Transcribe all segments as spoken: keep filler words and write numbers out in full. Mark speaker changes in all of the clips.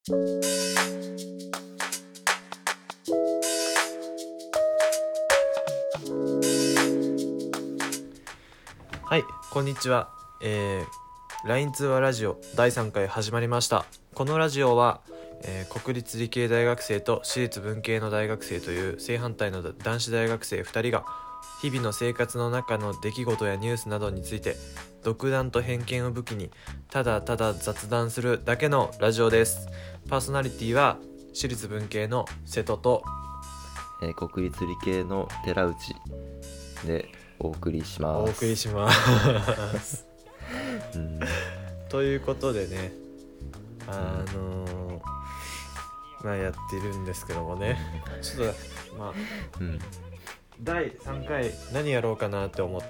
Speaker 1: はい、こんにちは。えー、ライン 通話ラジオだいさんかい始まりました。このラジオは、えー、国立理系大学生と私立文系の大学生という正反対の男子大学生ふたりが日々の生活の中の出来事やニュースなどについて独断と偏見を武器にただただ雑談するだけのラジオです。パーソナリティは私立文系の瀬戸と、
Speaker 2: えー、国立理系の寺内でお送りします。
Speaker 1: お送りします、うん、ということでね、あのー、まあやってるんですけどもね、ちょっとまあ、うん、だいさんかい何やろうかなって思って、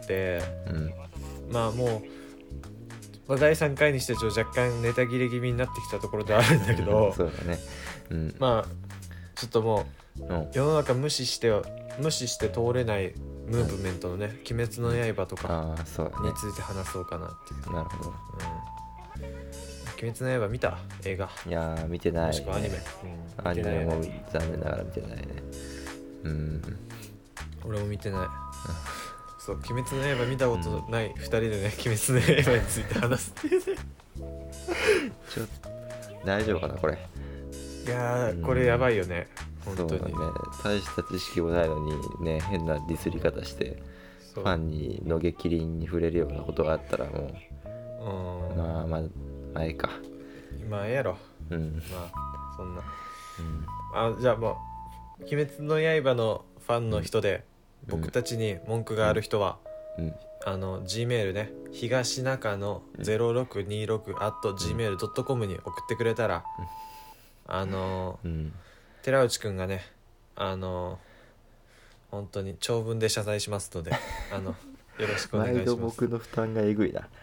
Speaker 1: うん、まあもう、まあ、だいさんかいにしてちょっと若干ネタ切れ気味になってきたところではあるんだけど
Speaker 2: そうだね、うん、
Speaker 1: まあちょっともう、うん、世の中無視して無視して通れないムーブメントのね、鬼滅の刃とかについて話そうかなっていう。
Speaker 2: なるほど、うん、
Speaker 1: 鬼滅の刃見た？映画。
Speaker 2: いやー見てない、ね、
Speaker 1: もしくはアニメ、
Speaker 2: うん、アニメも残念ながら見てないね。うん、
Speaker 1: 俺も見てないそう、鬼滅の刃見たことないふたりでね、鬼滅の刃について話すっていうね
Speaker 2: ちょっと大丈夫かなこれ。
Speaker 1: いやー、これやばいよね、本当に。
Speaker 2: そうだね、大した知識もないのにね、変なディスり方してファンにのげきりに触れるようなことがあったらもう、うん、まあまあまあいいか、
Speaker 1: まあええやろ、うん、まあそんな、うん、あじゃあもう鬼滅の刃のファンの人で、うん、僕たちに文句がある人は、うん、あの G メールね、東中野 ゼロろくにろく アット ジーメール ドットコム に送ってくれたら、うん、あの、うん、寺内くんがね、あの本当に長文で謝罪しますのであのよろしくお願いします。
Speaker 2: 毎度僕の負担がえぐいな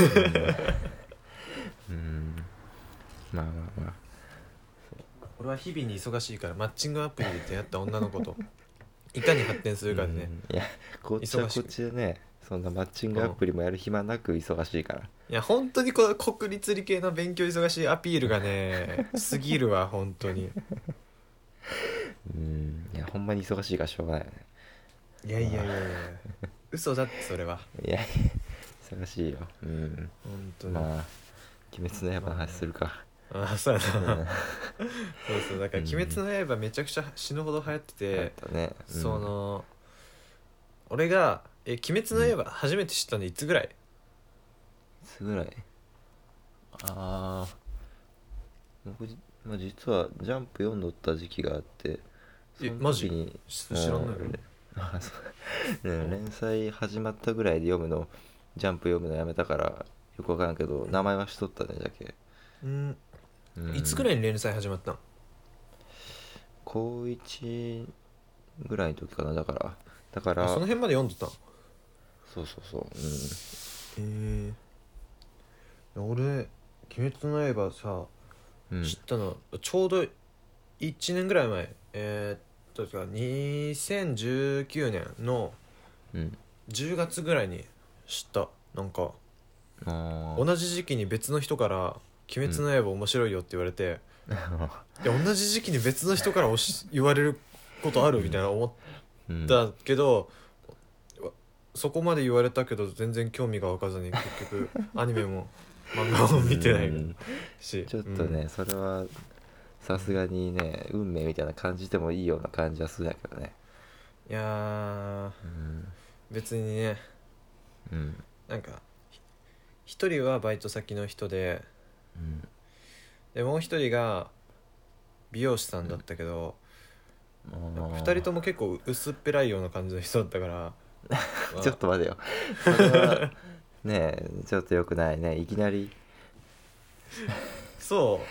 Speaker 2: うん、うん、まあまあまあ、
Speaker 1: 俺は日々に忙しいからマッチングアプリで出会った女の子といかに発展するかでね、
Speaker 2: うん、いやこっちはこっちでね、そんなマッチングアプリもやる暇なく忙しいから、うん、
Speaker 1: いや本当にこの国立理系の勉強忙しいアピールがねすぎるわ本当に
Speaker 2: うん、いやほんまに忙しいからしょうがないよね。
Speaker 1: いやいやいやいや嘘だってそれは。
Speaker 2: いや忙しいよ、うん、
Speaker 1: 本当に。
Speaker 2: まあ鬼滅の刃の話するか、
Speaker 1: まあ、あそうやな、うん、そうそうだから鬼滅の刃めちゃくちゃ死ぬほど流行ってて、
Speaker 2: うんね、うん、
Speaker 1: その俺がえ鬼滅の刃初めて知ったのいつぐらい？い
Speaker 2: つぐらい？ああ僕、まあ、実はジャンプ読んどった時期があって、
Speaker 1: その時に知らないよね
Speaker 2: 連載始まったぐらいで読むの、ジャンプ読むのやめたからよく分からんけど名前はしとったね。じゃけ
Speaker 1: うん、うん、いつぐらいに連載始まったの？
Speaker 2: 高いちぐらいの時かな。だからだから
Speaker 1: その辺まで読んでたの？
Speaker 2: そうそうそう、
Speaker 1: うん、えー、俺鬼滅の刃さ、うん、知ったのちょうどいちねんぐらい前、えー、っとにせんじゅうきゅうねんのじゅうがつぐらいに知った。なんか同じ時期に別の人から鬼滅の刃面白いよって言われて、うん、いや同じ時期に別の人からおし言われることあるみたいな思ったけど、うん、そこまで言われたけど全然興味が湧かずに結局アニメも漫画も見てないし、
Speaker 2: ちょっとね、うん、それはさすがにね運命みたいな感じでもいいような感じはするんだけどね。
Speaker 1: いやー、うん、別にね、うん、なんか一人はバイト先の人で、うん、でもう一人が美容師さんだったけど、うん、二人とも結構薄っぺらいような感じの人だったから、
Speaker 2: まあ、ちょっと待てよそれはねえちょっと良くないねいきなり
Speaker 1: そう、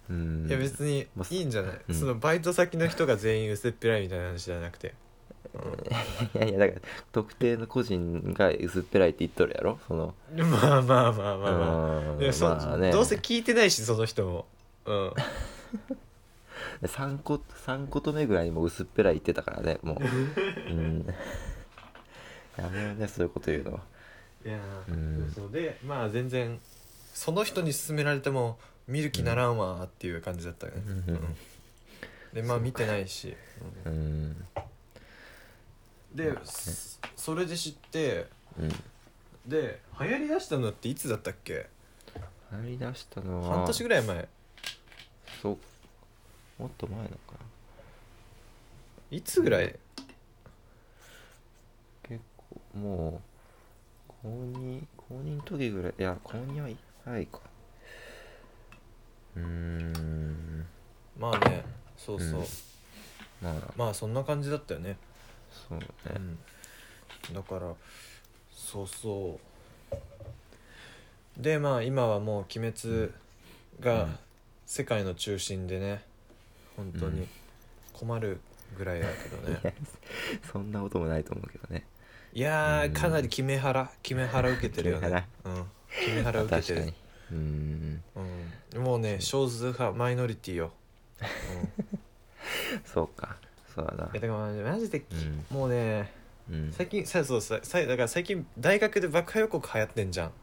Speaker 1: うん、いや別にいいんじゃない、うん、そのバイト先の人が全員薄っぺらいみたいな話じゃなくて、
Speaker 2: うん、いやいやだから特定の個人が薄っぺらいって言っとるやろその
Speaker 1: まあまあまあまあまあ、いやそまあね、どうせ聞いてないしその人も、うん
Speaker 2: さんこさんことめぐらいにも薄っぺらい言ってたからねもう、うん、やめようねそういうこと言うの。
Speaker 1: いや、うん、そうでまあ全然その人に勧められても見る気ならんわっていう感じだったよね、
Speaker 2: うん、
Speaker 1: うん、でまあ見てないし、
Speaker 2: うん、
Speaker 1: で、まあね、それで知って、うん、で流行りだしたのっていつだったっけ？
Speaker 2: 流行りだしたのは
Speaker 1: 半年ぐらい前。
Speaker 2: そうもっと前のか
Speaker 1: な。いつぐらい？
Speaker 2: 結構もう公認公認の時ぐらい。いや公認は早いか。うーん
Speaker 1: まあねそうそう、うん、
Speaker 2: まあ
Speaker 1: まあそんな感じだったよね。
Speaker 2: そうね、
Speaker 1: うん、だからそうそうでまあ今はもう鬼滅が世界の中心でね、本当に困るぐらいだけどね、
Speaker 2: うん、いやそんなこともないと思うけどね。
Speaker 1: いやー、うん、かなり決め腹決め腹受けてるよねうん、決め腹受けてる。
Speaker 2: うん、
Speaker 1: うん、もうね少数派マイノリティよ、うん、
Speaker 2: そうかそうだな。
Speaker 1: いやだからマジで、うん、もうね、
Speaker 2: うん、
Speaker 1: 最近さそうさだから最近大学で爆破予告流行ってんじゃん。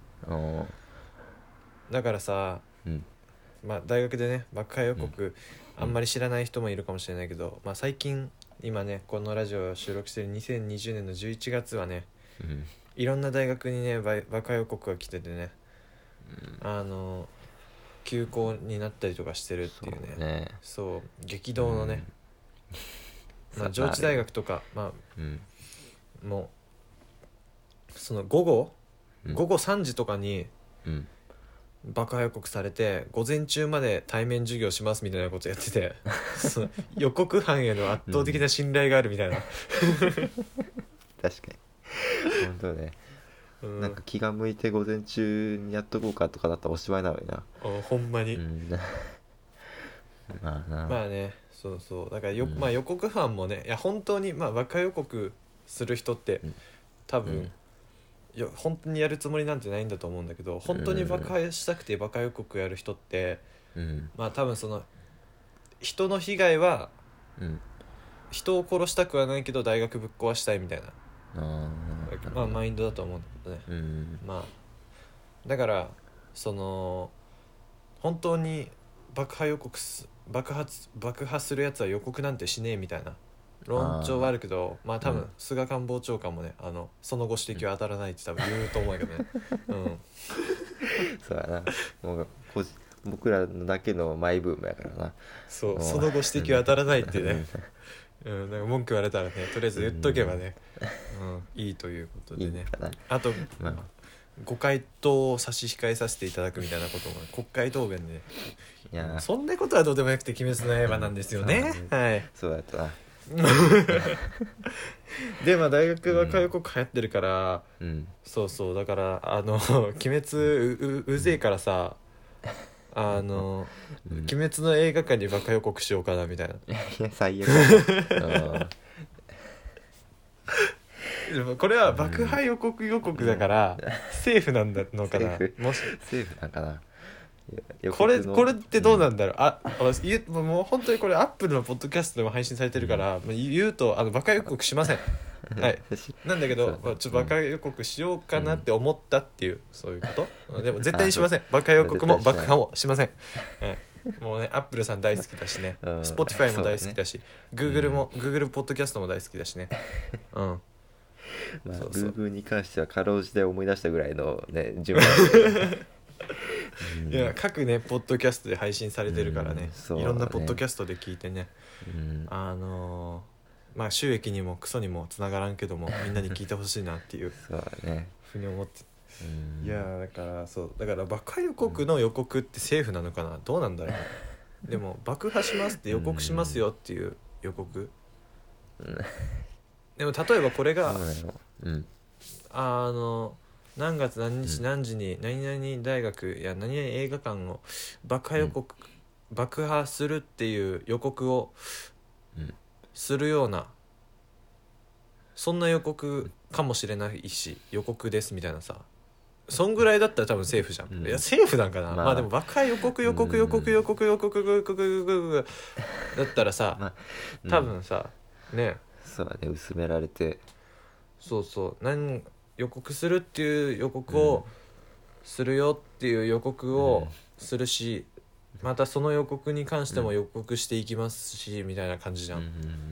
Speaker 1: だからさ、うん、まあ大学でね爆破予告、うん、あんまり知らない人もいるかもしれないけど、まあ、最近今ねこのラジオを収録してるにせんにじゅうねんのじゅういちがつはね、うん、いろんな大学にね爆破予告が来ててね、うん、あの休校になったりとかしてるっていうね、そうね、そう激動のね、うん、まあ、上智大学とか、まあうん、もうその午後、うん、午後さんじとかに爆破予告されて午前中まで対面授業しますみたいなことやっててその予告班への圧倒的な信頼があるみたいな、うん、
Speaker 2: 確かに本当ね、うん、なんか気が向いて午前中にやっとこうかとかだったらおしまいなのにな。
Speaker 1: あほんまに、うん、
Speaker 2: まあな
Speaker 1: まあねそうそうだからよ、うん、まあ予告班もねいや本当にまあ爆破予告する人って多分、うんいや本当にやるつもりなんてないんだと思うんだけど本当に爆破したくて爆破予告やる人って、うん、まあ多分その人の被害は、うん、人を殺したくはないけど大学ぶっ壊したいみたいなあ、まあ、マインドだと思うんだけどね、うん、まあだからその本当に爆破予告す爆発爆破するやつは予告なんてしねえみたいな論調はあるけどまあ多分菅官房長官もねあのそのご指摘は当たらないって多分言うと思うけどね、うん、
Speaker 2: そうやなもうこ僕らだけのマイブームやからな。
Speaker 1: そうそのご指摘は当たらないってねうん、なんか文句言われたらねとりあえず言っとけばね、うん、いいということでね。いいあと、まあ、ご回答を差し控えさせていただくみたいなことも国会答弁で、ね、いやそんなことはどうでもよくて鬼滅の刃なんですよね、うん、はい
Speaker 2: そうやったな
Speaker 1: でまあ大学は火力流行ってるから、うん、そうそうだからあの鬼滅 う, う, うぜえからさあの、うん、鬼滅の映画館に爆破予告しようかなみたいな。
Speaker 2: いや最悪だ
Speaker 1: でもこれは爆破予告予告だから、うん、セーフなんだのかな。
Speaker 2: もしセーフなんかな。
Speaker 1: これこれってどうなんだろう、うん、あもう本当にこれアップルのポッドキャストでも配信されてるから、うん、言うとあのバカ予告しませんはいなんだけど、まあ、ちょっとバカ予告しようかなって思ったっていう、うん、そういうこと、でも絶対にしません。バカ予告も爆破もしません、はい、もうねアップルさん大好きだしね、Spotify も大好きだし、ね、Google も、うん、Google ポッドキャストも大好きだしねうん
Speaker 2: まあ、そうそう Google に関してはかろうじて思い出したぐらいのね順番
Speaker 1: いや各ねポッドキャストで配信されてるからね、うん、いろんなポッドキャストで聞いてね、うん、あのー、まあ収益にもクソにもつながらんけどもみんなに聞いてほしいなっていう
Speaker 2: そうね
Speaker 1: ふうに思って、うん、いやだからそうだから爆破予告の予告ってセーフなのかな、どうなんだろうでも爆破しますって予告しますよっていう予告、うん、でも例えばこれが、うん、あの何月何日何時に何々大学や何々映画館を爆破予告、うん、爆破するっていう予告をするようなそんな予告かもしれないし予告ですみたいなさ、そんぐらいだったら多分セーフじゃん、うん、いやセーフなんかな、まあ、まあでも爆破予告予告予告予告予告予告予告予告だったらさ、まあうん、多分さね
Speaker 2: そうだね薄められて
Speaker 1: そうそう何予告するっていう予告をするよっていう予告をするし、 またその予告に関しても予告していきますし、みたいな感じじゃん、
Speaker 2: うん、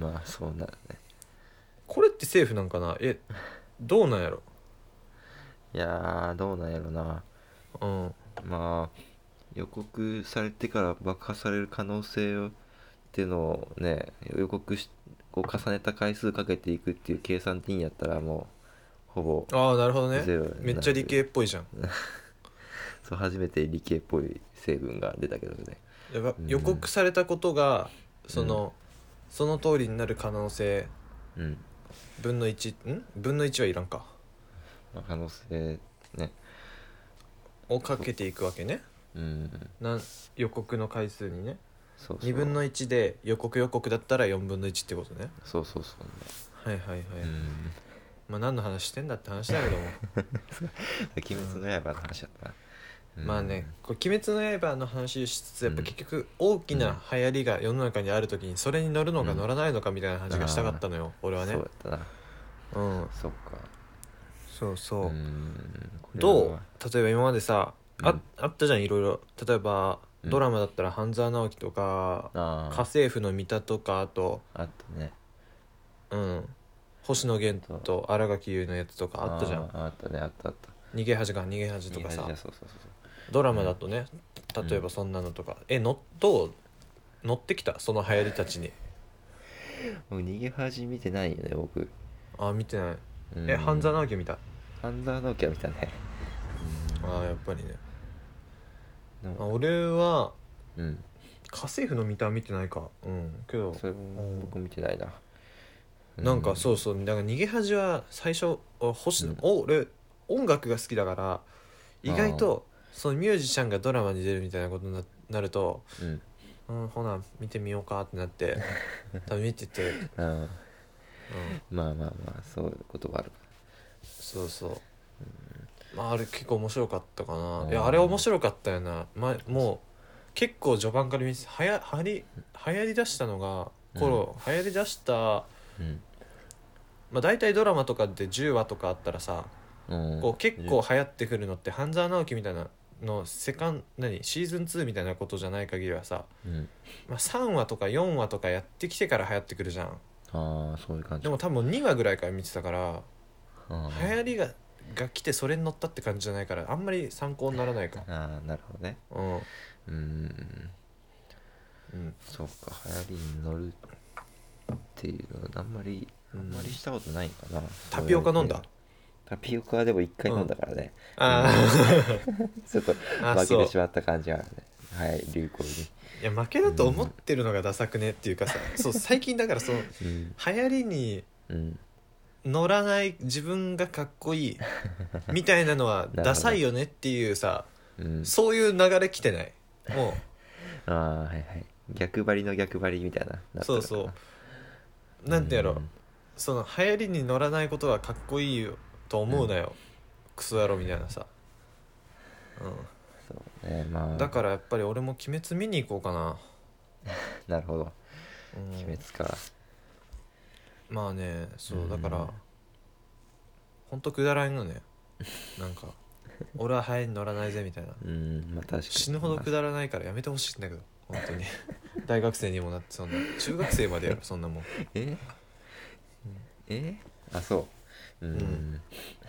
Speaker 2: まあそうなるね。
Speaker 1: これってセーフなんかな。えどうなんやろ。
Speaker 2: いやーどうなんやろな。
Speaker 1: うん
Speaker 2: まあ予告されてから爆破される可能性をっていうのをね、予告しこう重ねた回数かけていくっていう計算でいいんやったら、もうほぼ
Speaker 1: ああなるほどね。
Speaker 2: ゼロになる。
Speaker 1: めっちゃ理系っぽいじゃん。
Speaker 2: そう初めて理系っぽい成分が出たけどね。
Speaker 1: やば
Speaker 2: うん
Speaker 1: 予告されたことがその、その通りになる可能性
Speaker 2: うん
Speaker 1: 分のいちん分のいちはいらんか
Speaker 2: まあ可能性ね。
Speaker 1: をかけていくわけね。
Speaker 2: うん
Speaker 1: なん予告の回数にね。
Speaker 2: そうそう
Speaker 1: にぶんのいちで予告予告だったらよんぶんのいちってことね。
Speaker 2: そうそうそうね。
Speaker 1: はいはいはい、
Speaker 2: うん
Speaker 1: まあ何の話してんだって話だけども
Speaker 2: 鬼滅の刃の話だったな。うん
Speaker 1: まあね、これ鬼滅の刃の話をしつつやっぱ
Speaker 2: うん
Speaker 1: 結局大きな流行りが世の中にある時にそれに乗るのか
Speaker 2: うん
Speaker 1: 乗らないのかみたいな話がしたかったのよ、俺はね。
Speaker 2: そうやったな。
Speaker 1: うん
Speaker 2: そっか。
Speaker 1: そうそう、
Speaker 2: うん
Speaker 1: どう
Speaker 2: こ
Speaker 1: 例えば今までさ、
Speaker 2: うん
Speaker 1: ああったじゃんいろいろ。例えば、
Speaker 2: うん
Speaker 1: ドラマだったら半沢直樹とか
Speaker 2: れはあ
Speaker 1: 家政婦の三田とかあと
Speaker 2: ああったね。
Speaker 1: うん星野源と新垣結衣のやつとかあったじゃん。
Speaker 2: ああったね、あったあった。
Speaker 1: 逃げ恥か逃げ恥とかさ
Speaker 2: いやそうそうそう
Speaker 1: ドラマだとね、例えばそんなのとか、えのどう乗ってきたその流行りたちに。
Speaker 2: そう。もう逃げ恥見てないよね僕。
Speaker 1: あ見てない。
Speaker 2: うん
Speaker 1: え半沢直樹見た。
Speaker 2: 半沢直樹は見たね。
Speaker 1: あやっぱりね。
Speaker 2: なんか
Speaker 1: あ俺は
Speaker 2: うん
Speaker 1: 家政婦の三田は見てないか。うんけど
Speaker 2: それも僕見てないな。
Speaker 1: なんかそうそうだから逃げ恥は最初あ星野、
Speaker 2: うん
Speaker 1: お俺音楽が好きだから意外とそのミュージシャンがドラマに出るみたいなことにななると、
Speaker 2: うん
Speaker 1: うん、ほな見てみようかってなって多分見てて、うん、
Speaker 2: ああまあまあまあそういうことはある。
Speaker 1: そうそうまああれ結構面白かったかな。
Speaker 2: うん
Speaker 1: いやあれ面白かったよな、ま、もう結構序盤から見てはやはり流行りだしたのが頃、流行りだした
Speaker 2: うん
Speaker 1: まあ大体ドラマとかでじゅうわとかあったらさ、
Speaker 2: うん
Speaker 1: こう結構流行ってくるのって半沢直樹みたいなのセカン何シーズンツーみたいなことじゃない限りはさ、
Speaker 2: うん
Speaker 1: まあ、さんわとかよんわとかやってきてから流行ってくるじゃん。
Speaker 2: ああそういう感じ。
Speaker 1: でも多分にわぐらいから見てたから
Speaker 2: あ
Speaker 1: 流行りがが来てそれに乗ったって感じじゃないからあんまり参考にならないか。
Speaker 2: ああなるほどね。
Speaker 1: うん
Speaker 2: うーん
Speaker 1: うん
Speaker 2: そうか、流行りに乗るっていうのはあんまりあんまりしたことないかな。
Speaker 1: タピオカ飲んだ。
Speaker 2: タピオカはでも一回飲んだからね、
Speaker 1: あ
Speaker 2: ちょっと
Speaker 1: あ
Speaker 2: 負け
Speaker 1: そう
Speaker 2: てしまった感じがあるね。はい流行に。
Speaker 1: いや負けだと思ってるのがダサくねっていうかさ、そう最近だからその
Speaker 2: うん
Speaker 1: 流行りに
Speaker 2: うん
Speaker 1: 乗らない自分がかっこいいみたいなのはダサいよねっていうさ、
Speaker 2: うん
Speaker 1: そういう流れ来てないも
Speaker 2: ああはいはい逆張りの逆張りみたいななったのかな。
Speaker 1: うそうそうなんてやろ、
Speaker 2: うん
Speaker 1: その流行りに乗らないことはかっこいいよと思うなよ、クソ野郎みたいなさ、う
Speaker 2: そうねまあ
Speaker 1: ん、だからやっぱり俺も鬼滅見に行こうかな、
Speaker 2: なるほど
Speaker 1: うん、
Speaker 2: 鬼滅か。
Speaker 1: まあねそう
Speaker 2: うん
Speaker 1: だからほんとくだらんのねなんか俺は流行りに乗らないぜみたいな
Speaker 2: うんまあ確かに
Speaker 1: 死ぬほどくだらないからやめてほしいんだけど本当に大学生にもなってそんな中学生までやるそんなもん
Speaker 2: ええあそううん、
Speaker 1: うん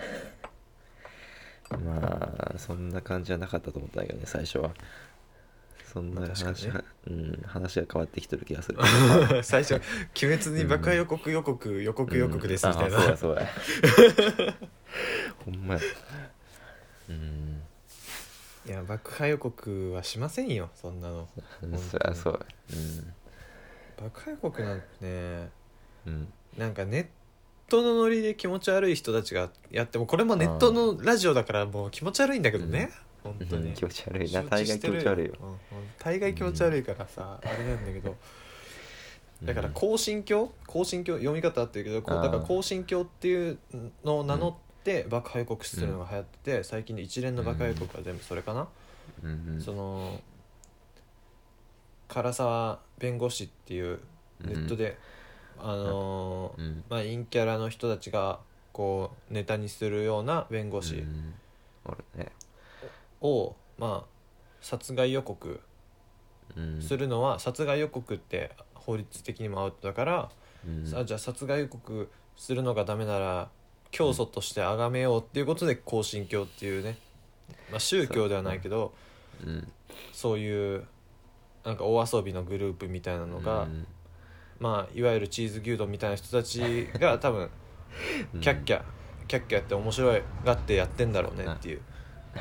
Speaker 2: まあそんな感じはなかったと思ったんだけどね最初は。そんな
Speaker 1: まあ確かにね
Speaker 2: 話は、うん話が変わってきてる気がする。
Speaker 1: 最初「鬼滅に爆破予告予告予告予告です」みたいな、
Speaker 2: うんあそうやそうやほんまや。うん
Speaker 1: いや爆破予告はしませんよそんなの。
Speaker 2: そりゃそうや。
Speaker 1: 爆破予告なんてね
Speaker 2: うんうん
Speaker 1: なんかネットのノリで気持ち悪い人たちがやってもこれもネットのラジオだからもう気持ち悪いんだけどね、本当に
Speaker 2: うん気持ち悪いな。
Speaker 1: 承
Speaker 2: 大概
Speaker 1: 知してる
Speaker 2: 気持ち悪いよ。
Speaker 1: うんうん大概気持ち悪いからさ、あれなんだけどだから更新教更新教読み方あってるけどこう
Speaker 2: あー
Speaker 1: だから更新教っていうのを名乗って爆破予告するのが流行ってて、最近の一連の爆破予告は全部それかな、
Speaker 2: うんうん
Speaker 1: その唐沢弁護士っていうネットで、あのー
Speaker 2: うん
Speaker 1: まあ陰キャラの人たちがこうネタにするような弁護士
Speaker 2: うんおるね。
Speaker 1: を、まあ殺害予告
Speaker 2: うん
Speaker 1: するのは殺害予告って法律的にもアウトだから、
Speaker 2: うん
Speaker 1: さあじゃあ殺害予告するのがダメなら教祖として崇めようっていうことで恒心教っていうね、まあ、宗教ではないけど
Speaker 2: うん
Speaker 1: そういうなんか大遊びのグループみたいなのが、
Speaker 2: うん
Speaker 1: まあいわゆるチーズ牛丼みたいな人たちが多分
Speaker 2: うん
Speaker 1: キャッキャキャッキャやって面白いがってやってんだろうねっていう、うん、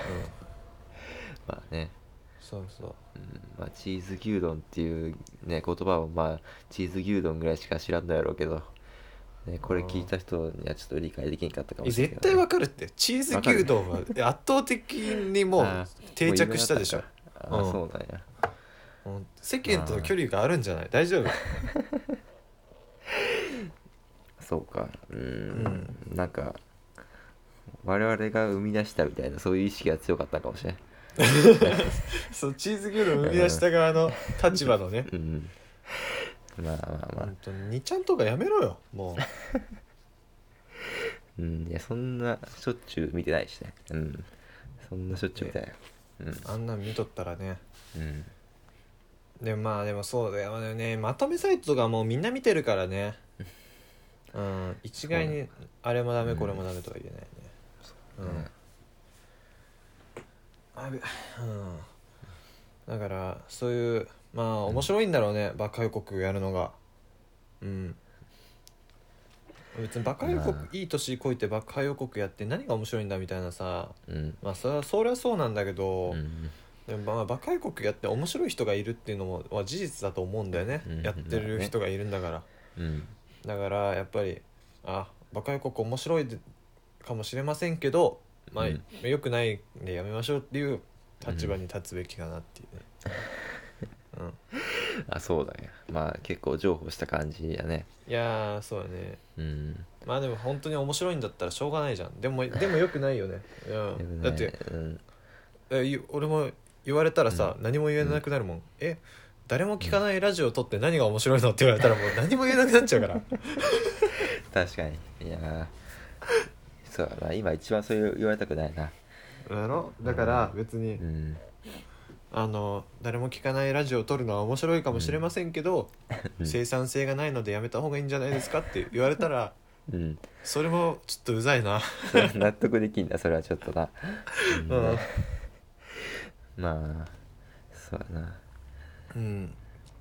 Speaker 2: まあね、
Speaker 1: そうそう
Speaker 2: うんまあ、チーズ牛丼っていうね言葉をまあチーズ牛丼ぐらいしか知らんのやろうけど、ね、これ聞いた人にはちょっと理解できんかったかも
Speaker 1: え
Speaker 2: しれない
Speaker 1: 絶対わかるって。チーズ牛丼は圧倒的にもう
Speaker 2: あー
Speaker 1: 定着したでしょ。
Speaker 2: もう有名だったかあー、
Speaker 1: うん
Speaker 2: そうなんや。
Speaker 1: うん世間との距離があるんじゃない？大丈夫？
Speaker 2: そうか、うーん、
Speaker 1: うん
Speaker 2: なんか我々が生み出したみたいなそういう意識が強かったかもしれない。
Speaker 1: そうチーズ牛丼を生み出した側の立場のね
Speaker 2: うんまあまあまあ
Speaker 1: 本当ににちゃんとかやめろよも
Speaker 2: うんいやそんなしょっちゅう見てないしね。うんそんなしょっちゅう見てないよ。
Speaker 1: うあんなん見とったらね。
Speaker 2: うんうん
Speaker 1: でもまあでもそうだよね、まとめサイトとかもうみんな見てるからね、うん一概にあれもダメこれもダメとは言えないね。うんあべうんだからそういうまあ面白いんだろうね、爆破予告やるのが。うん別に爆破予告、
Speaker 2: まあ
Speaker 1: いい年こいて爆破予告やって何が面白いんだみたいなさ、
Speaker 2: うん
Speaker 1: まあそれはそりゃそうなんだけど、
Speaker 2: うん
Speaker 1: でもまあ爆破予告やって面白い人がいるっていうのもは事実だと思うんだよね、
Speaker 2: うん
Speaker 1: やってる人がいるんだから、
Speaker 2: うん
Speaker 1: だからやっぱりあ爆破予告面白いでかもしれませんけどまあ、
Speaker 2: うん
Speaker 1: 良くないんでやめましょうっていう立場に立つべきかなっていうね、うん
Speaker 2: あそうだね。まあ結構譲歩した感じやね。
Speaker 1: いやーそうだね。
Speaker 2: うん
Speaker 1: まあでも本当に面白いんだったらしょうがないじゃん。でもでも良くないよね、う
Speaker 2: でも
Speaker 1: ん、
Speaker 2: ね
Speaker 1: だって
Speaker 2: うん
Speaker 1: えゆ俺も言われたらさ、
Speaker 2: うん
Speaker 1: 何も言えなくなるもん、え誰も聞かないラジオを撮って何が面白いのって言われたらもう何も言えなくなっちゃうから
Speaker 2: 確かに。いやーそうだな、今一番そう言われたくないな。
Speaker 1: やろだから別に、
Speaker 2: うん
Speaker 1: あの誰も聞かないラジオを撮るのは面白いかもしれませんけど、
Speaker 2: うん
Speaker 1: 生産性がないのでやめた方がいいんじゃないですかって言われたら
Speaker 2: うん
Speaker 1: それもちょっとうざいな
Speaker 2: 納得できんな、それはちょっとな。うん
Speaker 1: うん
Speaker 2: まあそうやな。
Speaker 1: うん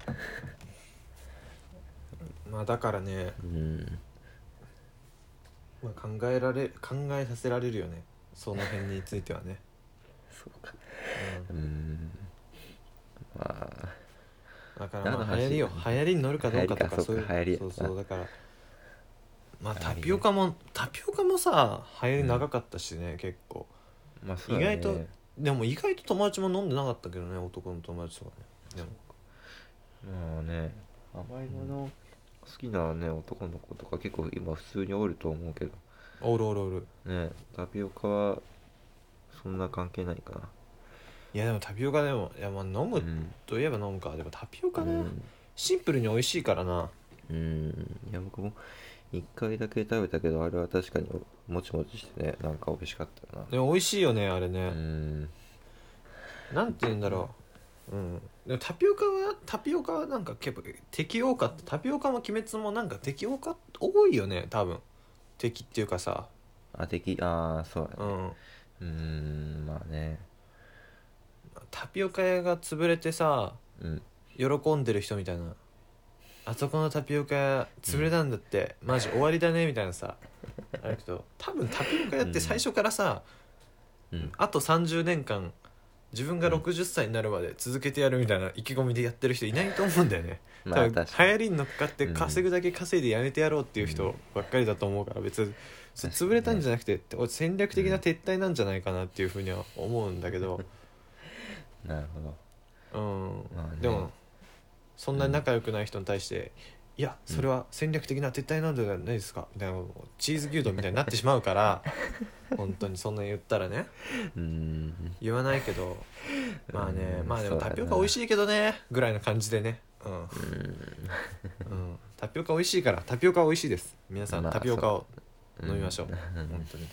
Speaker 1: まあだからね、
Speaker 2: うん
Speaker 1: まあ、考えられ考えさせられるよねその辺についてはね、
Speaker 2: そうか。
Speaker 1: う
Speaker 2: うんんまあ
Speaker 1: だからまあ
Speaker 2: 何の話
Speaker 1: 流行りよ流行りに乗るかどうかと
Speaker 2: 流行りか
Speaker 1: かそういう
Speaker 2: そうか流行りや
Speaker 1: そうそうだからまあ
Speaker 2: 流行りね
Speaker 1: タピオカもタピオカもさ流行り長かったしね、結構
Speaker 2: まあそうだね。
Speaker 1: 意外とでも意外と友達も飲んでなかったけどね、男の友達とかね。でも
Speaker 2: まあね、甘いもの好きなね男の子とか結構今普通におると思うけど
Speaker 1: おるおるおる。
Speaker 2: ね、タピオカはそんな関係ないかな。
Speaker 1: いやでもタピオカでもいやまあ飲む
Speaker 2: うん
Speaker 1: といえば飲むか。でもタピオカな、
Speaker 2: うん
Speaker 1: シンプルに美味しいからな。
Speaker 2: うんいや僕も一回だけ食べたけどあれは確かにもちもちしてね、なんか美味しかったよな。
Speaker 1: でも美味しいよねあれ
Speaker 2: う
Speaker 1: ね、
Speaker 2: ん
Speaker 1: なんて言うんだろう。うんでもタピオカはタピオカはなんか結構敵多かった。タピオカも鬼滅もなんか敵多か多いよね多分。敵っていうかさ、
Speaker 2: あ敵ああそうだね。
Speaker 1: うん
Speaker 2: うんまあね。
Speaker 1: タピオカ屋が潰れてさ
Speaker 2: うん
Speaker 1: 喜んでる人みたいな、あそこのタピオカ屋潰れたんだって、マジ終わりだねみたいなさあるけど、多分タピオカ屋って最初からさ、
Speaker 2: うん
Speaker 1: あとさんじゅうねんかん自分がろくじゅっさいになるまで続けてやるみたいな意気込みでやってる人いないと思うんだよね。
Speaker 2: ま
Speaker 1: 多分
Speaker 2: あ確かに
Speaker 1: 流行りに乗っかって稼ぐだけ稼いでやめてやろうっていう人ばっかりだと思うから、別にそれ潰れたんじゃなくて戦略的な撤退なんじゃないかなっていうふうには思うんだけど、
Speaker 2: なるほど。
Speaker 1: うん
Speaker 2: まあね
Speaker 1: でもそんなに仲良くない人に対して、いやそれは戦略的な撤退なんじゃないですかみたいな、チーズ牛丼みたいになってしまうから本当にそんな言ったらね
Speaker 2: うん
Speaker 1: 言わないけど、まあね、
Speaker 2: うん
Speaker 1: まあでも
Speaker 2: そうだな
Speaker 1: タピオカ美味しいけどねぐらいの感じでね、うん、
Speaker 2: うん
Speaker 1: うん、タピオカ美味しいからタピオカ美味しいです。皆さん、
Speaker 2: まあ
Speaker 1: タピオカを
Speaker 2: そう
Speaker 1: 飲みましょう、
Speaker 2: うん
Speaker 1: 本当に。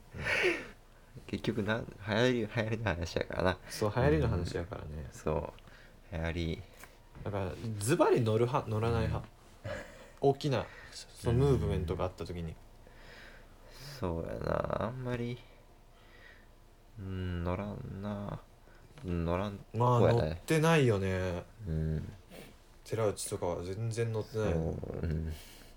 Speaker 2: 結局な流行り流行りの話やからな。
Speaker 1: そう流行りの話やからね、
Speaker 2: そう流行り
Speaker 1: だからズバリ乗る派乗らない派、うん、大きなそのムーブメントがあった時に、
Speaker 2: そうやな、あんまりうん乗らんな、乗らん
Speaker 1: まあ
Speaker 2: こやね
Speaker 1: 乗ってないよね。
Speaker 2: うん
Speaker 1: 寺内とかは全然乗ってないよね。
Speaker 2: そう、うん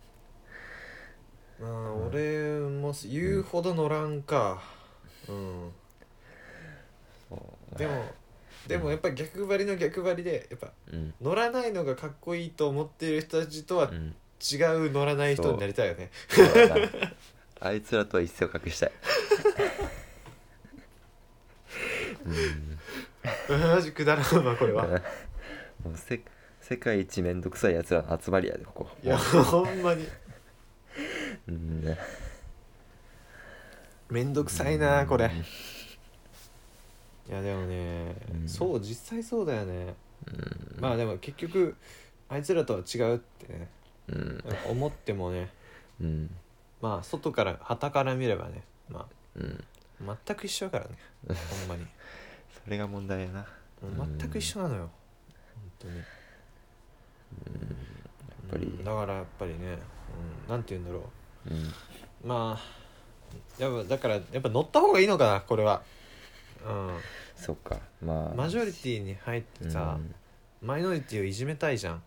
Speaker 1: まあ俺も言うほど乗らんか。うん、
Speaker 2: そう
Speaker 1: でもでもやっぱ逆張りの逆張りでやっぱ
Speaker 2: うん
Speaker 1: 乗らないのがかっこいいと思っている人たちとは
Speaker 2: うん
Speaker 1: 違う乗らない人になりたいよね。
Speaker 2: そうやなあいつらとは一線を画したいうん
Speaker 1: マジくだらんわこれは。
Speaker 2: もうせ世界一めんどくさいやつらの集まりやでここ。
Speaker 1: いやほんまに
Speaker 2: うんね
Speaker 1: めんどくさいなこれ。いやでもね、
Speaker 2: うん、
Speaker 1: そう実際そうだよね。
Speaker 2: うん
Speaker 1: まあでも結局あいつらとは違うってね、
Speaker 2: うん
Speaker 1: 思ってもね、
Speaker 2: うん
Speaker 1: まあ外から傍から見ればね、ま
Speaker 2: うん
Speaker 1: あ全く一緒だからねほんまに
Speaker 2: それが問題やな。
Speaker 1: もう全く一緒なのよ本当に。
Speaker 2: やっぱり、
Speaker 1: うんだからやっぱりね、うん、なんて言うんだろ
Speaker 2: うん、
Speaker 1: う、まあやっぱだからやっぱ乗った方がいいのかなこれは。うん
Speaker 2: そっか、まあ
Speaker 1: マジョリティに入ってさ、
Speaker 2: うん、
Speaker 1: マイノリティをいじめたいじゃん。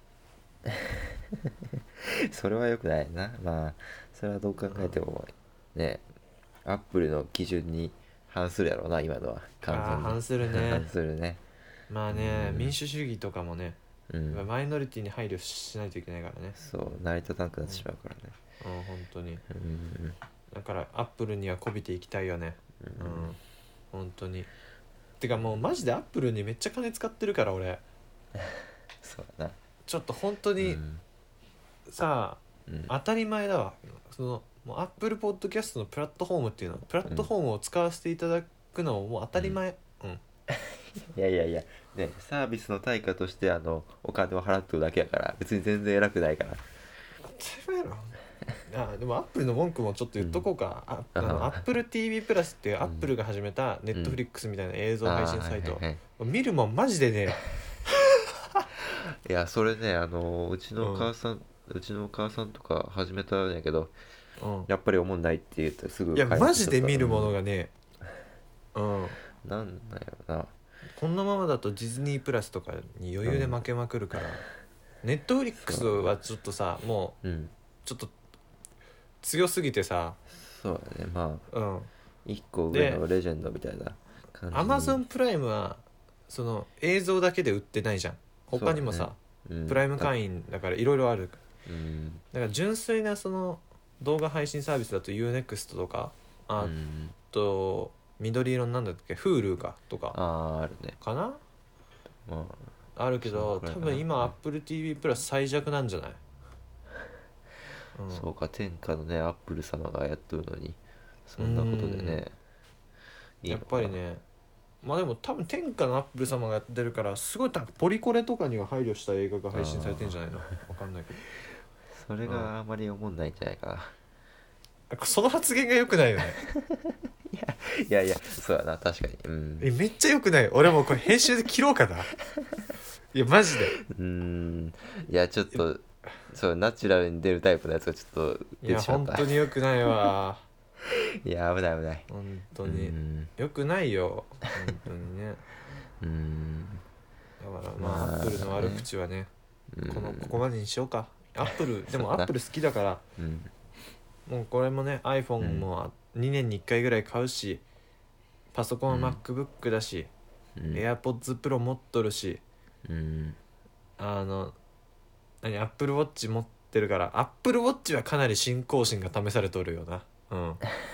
Speaker 2: それは良くないな。まあそれはどう考えてもね、アップルの基準に反するやろうな、今のは完全に。
Speaker 1: あー反するね
Speaker 2: 反するね。
Speaker 1: まあね、
Speaker 2: うん
Speaker 1: 民主主義とかもね、
Speaker 2: うん
Speaker 1: マイノリティに配慮しないといけないからね。
Speaker 2: そう成り立たなくなってしまうからね。
Speaker 1: うん本当に。
Speaker 2: うん
Speaker 1: だからアップルにはこびていきたいよね。
Speaker 2: う
Speaker 1: うんん本当に。てかもうマジでアップルにめっちゃ金使ってるから俺
Speaker 2: そうだな。
Speaker 1: ちょっと本当に
Speaker 2: うん
Speaker 1: さあ、
Speaker 2: うん
Speaker 1: 当たり前だわ。そのもうアップルポッドキャストのプラットフォームっていうのプラットフォームを使わせていただくのももう当たり前。うん、
Speaker 2: いやいやいや、ね、サービスの対価としてあのお金を払ってるだけやから別に全然偉くないから。
Speaker 1: 当たり前やろ。あでもアップルの文句もちょっと言っとこうか、うん、ああの
Speaker 2: あー
Speaker 1: Apple ティーブイ プラスっていうアップルが始めた Netflix みたいな映像配信サイト、
Speaker 2: あーはいはいはい、
Speaker 1: 見るもんマジでね
Speaker 2: いやそれね、あのうちのお母さん、うん、うちのお母さんとか始めたんやけど、
Speaker 1: うん、
Speaker 2: やっぱり思んないって言ってすぐ
Speaker 1: いや
Speaker 2: 解約
Speaker 1: マジ
Speaker 2: しちゃった。
Speaker 1: で見るものがね、うん、
Speaker 2: なんなんやろな。
Speaker 1: こんなままだとディズニープラスとかに余裕で負けまくるから、ネットフリックスはちょっとさもう
Speaker 2: うん
Speaker 1: ちょっと強すぎてさ、
Speaker 2: そうだね、まあ
Speaker 1: うん
Speaker 2: 一個上のレジェンドみたいな感じに。
Speaker 1: アマゾンプライムはその映像だけで売ってないじゃん。他にもさ、
Speaker 2: そうだね、うん、
Speaker 1: プライム会員だからいろいろある。
Speaker 2: うん
Speaker 1: だから純粋なその動画配信サービスだと ユーネクスト とかあ
Speaker 2: うん
Speaker 1: と緑色のなんだっけ Hulu かとか
Speaker 2: あーあるね。
Speaker 1: かな
Speaker 2: まあ
Speaker 1: あるけど
Speaker 2: そうくらいかな
Speaker 1: 多分今 Apple ティーブイ プラス最弱なんじゃない、うん、
Speaker 2: そうか、天下のねアップル様がやっとるのにそんなことでね、いい
Speaker 1: やっ
Speaker 2: のかな。
Speaker 1: ぱりねまあでも多分天下のアップル様がやってるからすごい多分ポリコレとかには配慮した映画が配信されてんじゃないのわかんないけど
Speaker 2: それがあまり思んないんじゃないかな。
Speaker 1: あその発言が良くないよね
Speaker 2: いやいやそうやな、確かに。うん
Speaker 1: えめっちゃ良くない。俺もうこれ編集で切ろうかないやマジで
Speaker 2: うーんいやちょっとそうナチュラルに出るタイプのやつがちょっと
Speaker 1: いや
Speaker 2: 出てしまった。
Speaker 1: 本当に良くないわ
Speaker 2: いや危ない危ない。
Speaker 1: 本当
Speaker 2: う
Speaker 1: に
Speaker 2: ん
Speaker 1: 良くないよ本当にね。
Speaker 2: うん
Speaker 1: だからまあ、
Speaker 2: まあ
Speaker 1: アップルの悪口はね、
Speaker 2: うん
Speaker 1: このここまでにしようか。アップルでも
Speaker 2: そうだ
Speaker 1: アップル好きだから
Speaker 2: うん
Speaker 1: もうこれもね iPhone もにねんにいっかいぐらい買うし、パソコンは MacBook だし、
Speaker 2: うん
Speaker 1: AirPods Pro 持っとるし、
Speaker 2: うん
Speaker 1: あの何 Apple Watch 持ってるから Apple Watch はかなり新更新が試されとるよな。うん、うん、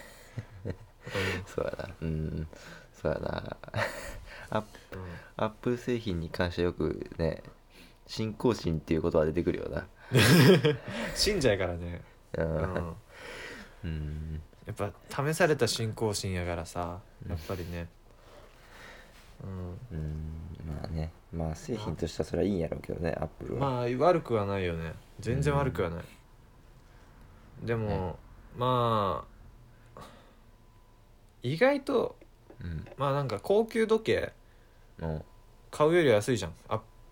Speaker 2: そうやな。うんそうやな。アップ
Speaker 1: うん
Speaker 2: アップル製品に関してはよくね新更新っていうことは出てくるよな。
Speaker 1: 信者やからね、
Speaker 2: う
Speaker 1: うん
Speaker 2: ん、うん
Speaker 1: やっぱ試された新更新やからさやっぱりね、うん
Speaker 2: うんまあね、まあ製品としてはそれはいいんやろうけどね、アップルは。
Speaker 1: まあ悪くはないよね。全然悪くはない、でも、
Speaker 2: ね
Speaker 1: まあ意外と
Speaker 2: うん
Speaker 1: まあなんか高級時計
Speaker 2: も
Speaker 1: 買うより安いじゃん。あ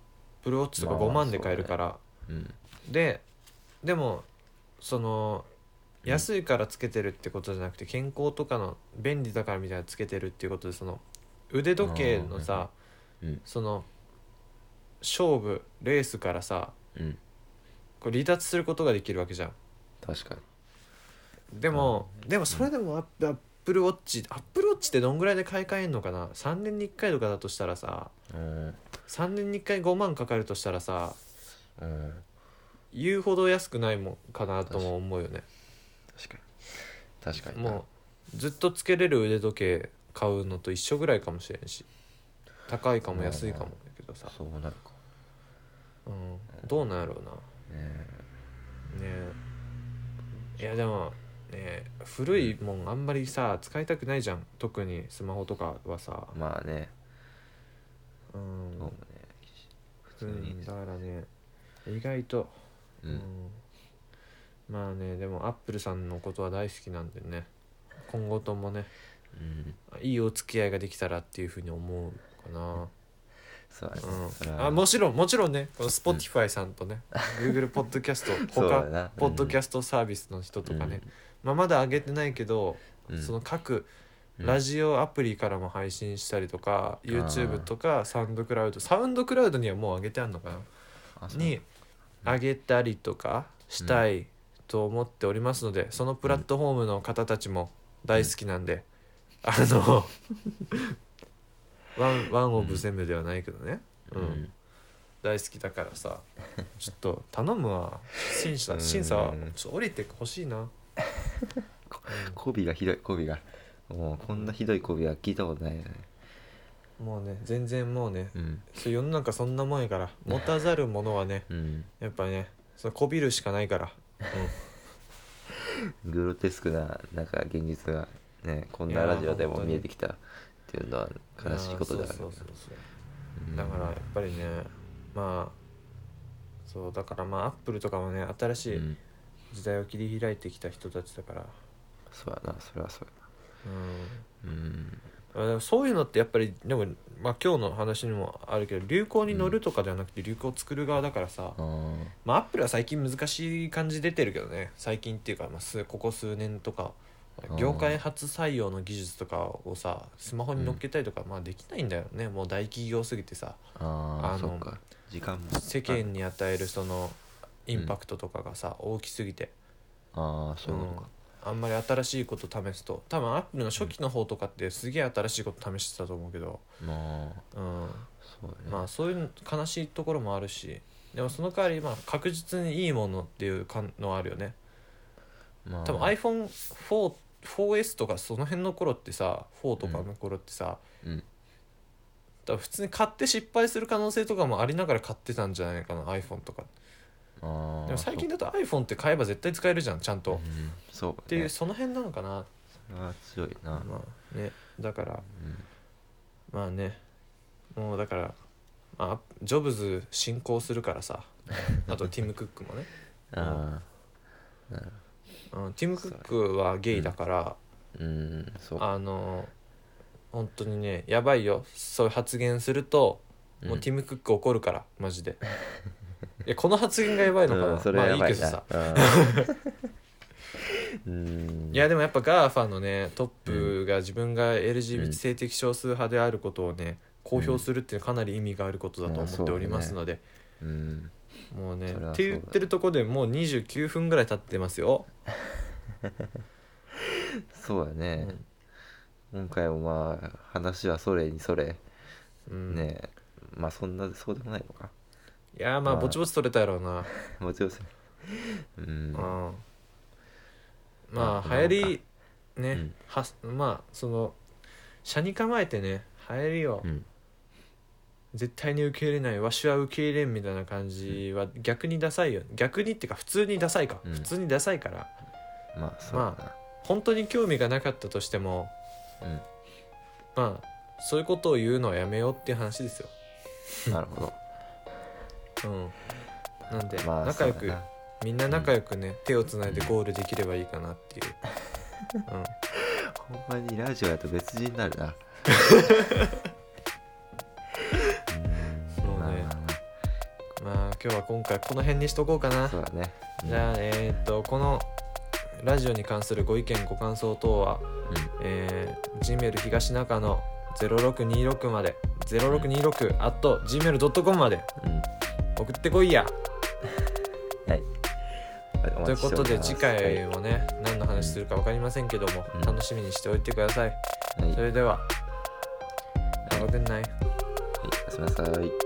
Speaker 1: Apple Watch とかごまんで買えるから、
Speaker 2: うん、
Speaker 1: ででもその安いからつけてるってことじゃなくて、健康とかの便利だからみたいなつけてるっていうことで、その腕時計のさ、
Speaker 2: うん、
Speaker 1: その勝負レースからさ、
Speaker 2: うん、
Speaker 1: これ離脱することができるわけじゃん。
Speaker 2: 確かに。
Speaker 1: でもでもそれでもアップ、アップルウォッチアップルウォッチってどんぐらいで買い替えんのかな。さんねんにいっかいとかだとしたらさ、
Speaker 2: うん、
Speaker 1: さんねんにいっかいごまんかかるとしたらさ、
Speaker 2: うん、
Speaker 1: 言うほど安くないもんかなとも思うよね。
Speaker 2: 確かに確かに。
Speaker 1: もうずっとつけれる腕時計買うのと一緒ぐらいかもしれんし、高いかも安いかもだけどさ、
Speaker 2: そうなるか。
Speaker 1: うん、どうなんやろうな。
Speaker 2: ね
Speaker 1: ねえ、いやでもね、古いもんあんまりさ使いたくないじゃん、特にスマホとかはさ。
Speaker 2: まあね、
Speaker 1: うん
Speaker 2: そうね、普通に、
Speaker 1: うん、だからね意外と、
Speaker 2: うん
Speaker 1: うん、まあね、でもアップルさんのことは大好きなんでね、今後ともね、
Speaker 2: うん、
Speaker 1: いいお付き合いができたらっていうふうに思うかな。
Speaker 2: そうだね、それ
Speaker 1: うん、
Speaker 2: は
Speaker 1: あもちろんもちろんね、この Spotify さんとね、うん、Google ポッドキャスト
Speaker 2: そうだ
Speaker 1: 他
Speaker 2: な、
Speaker 1: ポッドキャストサービスの人とかね、
Speaker 2: うん
Speaker 1: まあ、まだ上げてないけど、
Speaker 2: うん、
Speaker 1: その各
Speaker 2: うん
Speaker 1: ラジオアプリからも配信したりとか、
Speaker 2: うん、
Speaker 1: YouTube とかサウンドクラウドサウンドクラウドにはもう上げてあるのかな、
Speaker 2: あそう
Speaker 1: に上げたりとかしたいと思っておりますので、そのプラットフォームの方たちも大好きなんで、あのワンワンオブゼムではないけどね、うん、
Speaker 2: うん
Speaker 1: 大好きだからさ、ちょっと頼むわ、審査審査はちょっと降りてほしいな。
Speaker 2: 媚びがひどい、媚びがもうこんなひどい媚びは聞いたことないよね。
Speaker 1: もうね全然もうね、
Speaker 2: うん、
Speaker 1: そう世の中そんなもんやから、持たざるものはね、
Speaker 2: うん、
Speaker 1: やっぱねそこびるしかないから、
Speaker 2: グロテスクななんか現実がね、こんなラジオでも見えてきたっていうのは
Speaker 1: うん、
Speaker 2: 悲しいことだから。
Speaker 1: そうそうそうそう、だからやっぱりね、まあそうだからまあアップルとかもね新しい時代を切り開いてきた人たちだから、
Speaker 2: そうやな、それはそう
Speaker 1: うん、
Speaker 2: やな。うん
Speaker 1: あでもそういうのってやっぱりでも、まあ、今日の話にもあるけど、流行に乗るとかではなくて流行を作る側だからさ、
Speaker 2: あー
Speaker 1: まあアップルは最近難しい感じ出てるけどね、最近っていうか、まあ、数ここ数年とか
Speaker 2: あー
Speaker 1: 業界初採用の技術とかをさスマホに乗っけたりとか、まあできないんだよね、もう大企業すぎてさ、
Speaker 2: あー、
Speaker 1: あの
Speaker 2: そっか、時間も
Speaker 1: 世間に与えるそのインパクトとかがさ、大きすぎて、
Speaker 2: ああそういうことか。
Speaker 1: あんまり新しいこと試すと、多分アップルの初期の方とかってすげえ新しいこと試してたと思うけど、
Speaker 2: まあ
Speaker 1: うん
Speaker 2: そうだね。
Speaker 1: まあそういう悲しいところもあるし、でもその代わりまあ確実にいいものっていうかのはあるよね。
Speaker 2: まあ
Speaker 1: 多分 アイフォンフォー、フォーエス とかその辺の頃ってさ、フォーとかの頃ってさ、
Speaker 2: うん
Speaker 1: 多分普通に買って失敗する可能性とかもありながら買ってたんじゃないかな iPhone とか。
Speaker 2: あ
Speaker 1: でも最近だと iPhone って買えば絶対使えるじゃんちゃんと、
Speaker 2: うん、そう、ね、
Speaker 1: っていうその辺なのかな。
Speaker 2: それは強いな。
Speaker 1: まあね、だから
Speaker 2: うん
Speaker 1: まあね、もうだから、まあ、ジョブズ進行するからさ、あとティム・クックもね、
Speaker 2: ああなる
Speaker 1: うん、ティム・クックはゲイだから、
Speaker 2: うんそう
Speaker 1: あの本当にねやばいよ、そういう発言するともうティム・クック怒るからマジで。いやこの発言がやばいのかな、
Speaker 2: うん、それはやばいな、
Speaker 1: まあいいけどさ、
Speaker 2: うん、
Speaker 1: いやでもやっぱガーファのねトップが自分が エルジービーティー 性的少数派であることをね公表するっていうのはかなり意味があることだと思っておりますので、
Speaker 2: うん、
Speaker 1: もうね
Speaker 2: それはそうだ
Speaker 1: って言ってるとこでもうにじゅうきゅうふんぐらい経ってますよ。
Speaker 2: そうだね、うん、今回もまあ話はそれにそれ、うん、ねえまあそんなそうでもないのか。
Speaker 1: いやまあ、まあ、ぼちぼち取れたやろうな。
Speaker 2: もちろんうん、うん、
Speaker 1: まあ流行りね、うん、はまあその車に構えてね流行りを、うん、絶対に受け入れない、わしは受け入れんみたいな感じは逆にダサいよ、逆にっていうか普通にダサいか、うん、普通にダサいから、
Speaker 2: まあそうだな、ま
Speaker 1: あ本当に興味がなかったとしても、うん、まあそういうことを言うのはやめようっていう話ですよ。
Speaker 2: なるほど。
Speaker 1: うん、なんで、まあ、仲良くみんな仲良くね、うん、手をつないでゴールできればいいかなっていう、うん、
Speaker 2: ほんまにラジオやと別人になるな。うんそうね、まあ、
Speaker 1: 今日は今回この辺にしとこうかな。
Speaker 2: そうだね、うん、
Speaker 1: じゃあえー、っとこのラジオに関するご意見ご感想等は、うんえー、Gmail 東中のゼロろくにろくまで ゼロろくにろく アット ジーメールドットコム まで送ってこいや、
Speaker 2: うん、はい
Speaker 1: ということで次回もね、はい、何の話するか分かりませんけども、うん、楽しみにしておいてください、はい、それでは Have a good night。
Speaker 2: はい、おやすみなさい。